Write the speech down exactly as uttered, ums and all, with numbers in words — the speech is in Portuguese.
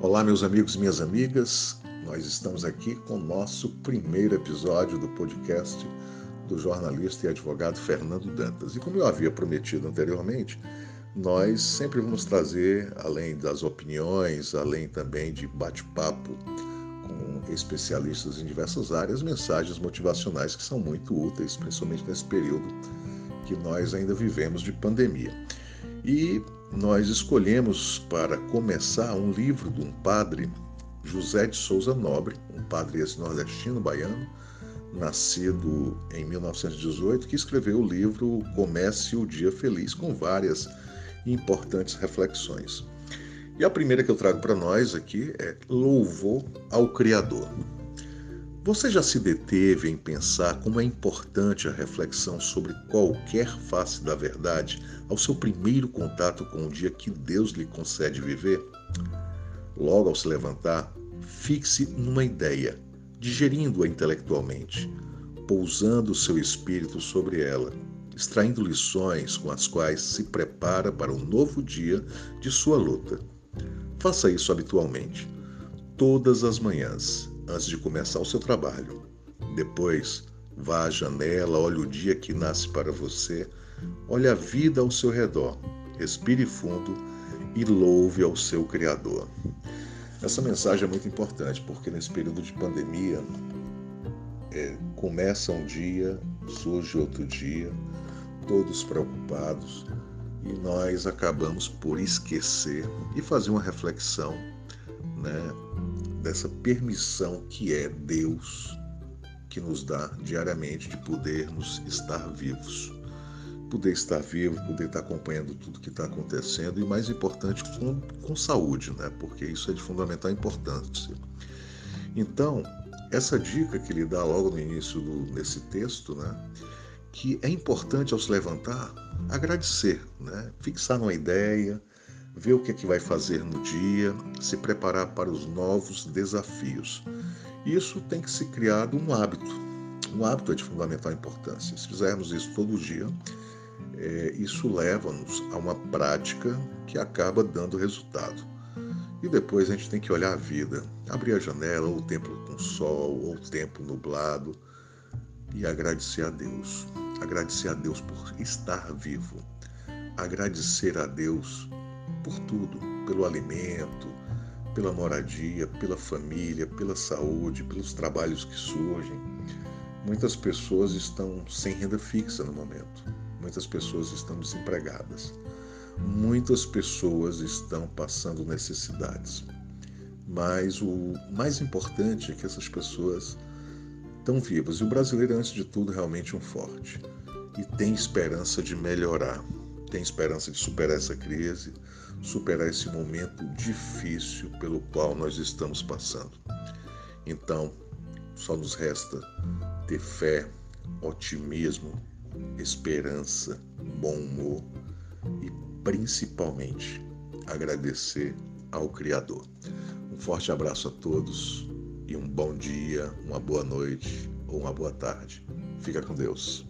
Olá, meus amigos e minhas amigas. Nós estamos aqui com o nosso primeiro episódio do podcast do jornalista e advogado Fernando Dantas. E como eu havia prometido anteriormente, nós sempre vamos trazer, além das opiniões, além também de bate-papo com especialistas em diversas áreas, mensagens motivacionais que são muito úteis, principalmente nesse período que nós ainda vivemos de pandemia. E nós escolhemos para começar um livro de um padre, José de Souza Nobre, um padre nordestino baiano, nascido em mil novecentos e dezoito, que escreveu o livro Comece o Dia Feliz, com várias importantes reflexões. E a primeira que eu trago para nós aqui é Louvor ao Criador. Você já se deteve em pensar como é importante a reflexão sobre qualquer face da verdade ao seu primeiro contato com o dia que Deus lhe concede viver? Logo ao se levantar, fixe numa ideia, digerindo-a intelectualmente, pousando o seu espírito sobre ela, extraindo lições com as quais se prepara para um novo dia de sua luta. Faça isso habitualmente, todas as manhãs, antes de começar o seu trabalho. Depois, vá à janela, olhe o dia que nasce para você, olhe a vida ao seu redor, respire fundo e louve ao seu Criador. Essa mensagem é muito importante, porque nesse período de pandemia, é, começa um dia, surge outro dia, todos preocupados, e nós acabamos por esquecer e fazer uma reflexão, né, dessa permissão que é Deus que nos dá diariamente de podermos estar vivos. Poder estar vivo, poder estar acompanhando tudo que está acontecendo e, mais importante, com, com saúde, né? Porque isso é de fundamental importância. Então, essa dica que ele dá logo no início do, desse texto, né? Que é importante ao se levantar, agradecer, né? Fixar numa ideia, ver o que é que vai fazer no dia, se preparar para os novos desafios. Isso tem que ser criado um hábito. Um hábito é de fundamental importância. Se fizermos isso todo dia, é, isso leva-nos a uma prática que acaba dando resultado. E depois a gente tem que olhar a vida, abrir a janela, ou o tempo com sol, ou o tempo nublado, e agradecer a Deus. Agradecer a Deus por estar vivo. Agradecer a Deus por tudo, pelo alimento, pela moradia, pela família, pela saúde, pelos trabalhos que surgem. Muitas pessoas estão sem renda fixa no momento. Muitas pessoas estão desempregadas. Muitas pessoas estão passando necessidades. Mas o mais importante é que essas pessoas estão vivas. E o brasileiro, antes de tudo, é realmente um forte. E tem esperança de melhorar. Tem esperança de superar essa crise, superar esse momento difícil pelo qual nós estamos passando. Então, só nos resta ter fé, otimismo, esperança, bom humor e, principalmente, agradecer ao Criador. Um forte abraço a todos e um bom dia, uma boa noite ou uma boa tarde. Fica com Deus.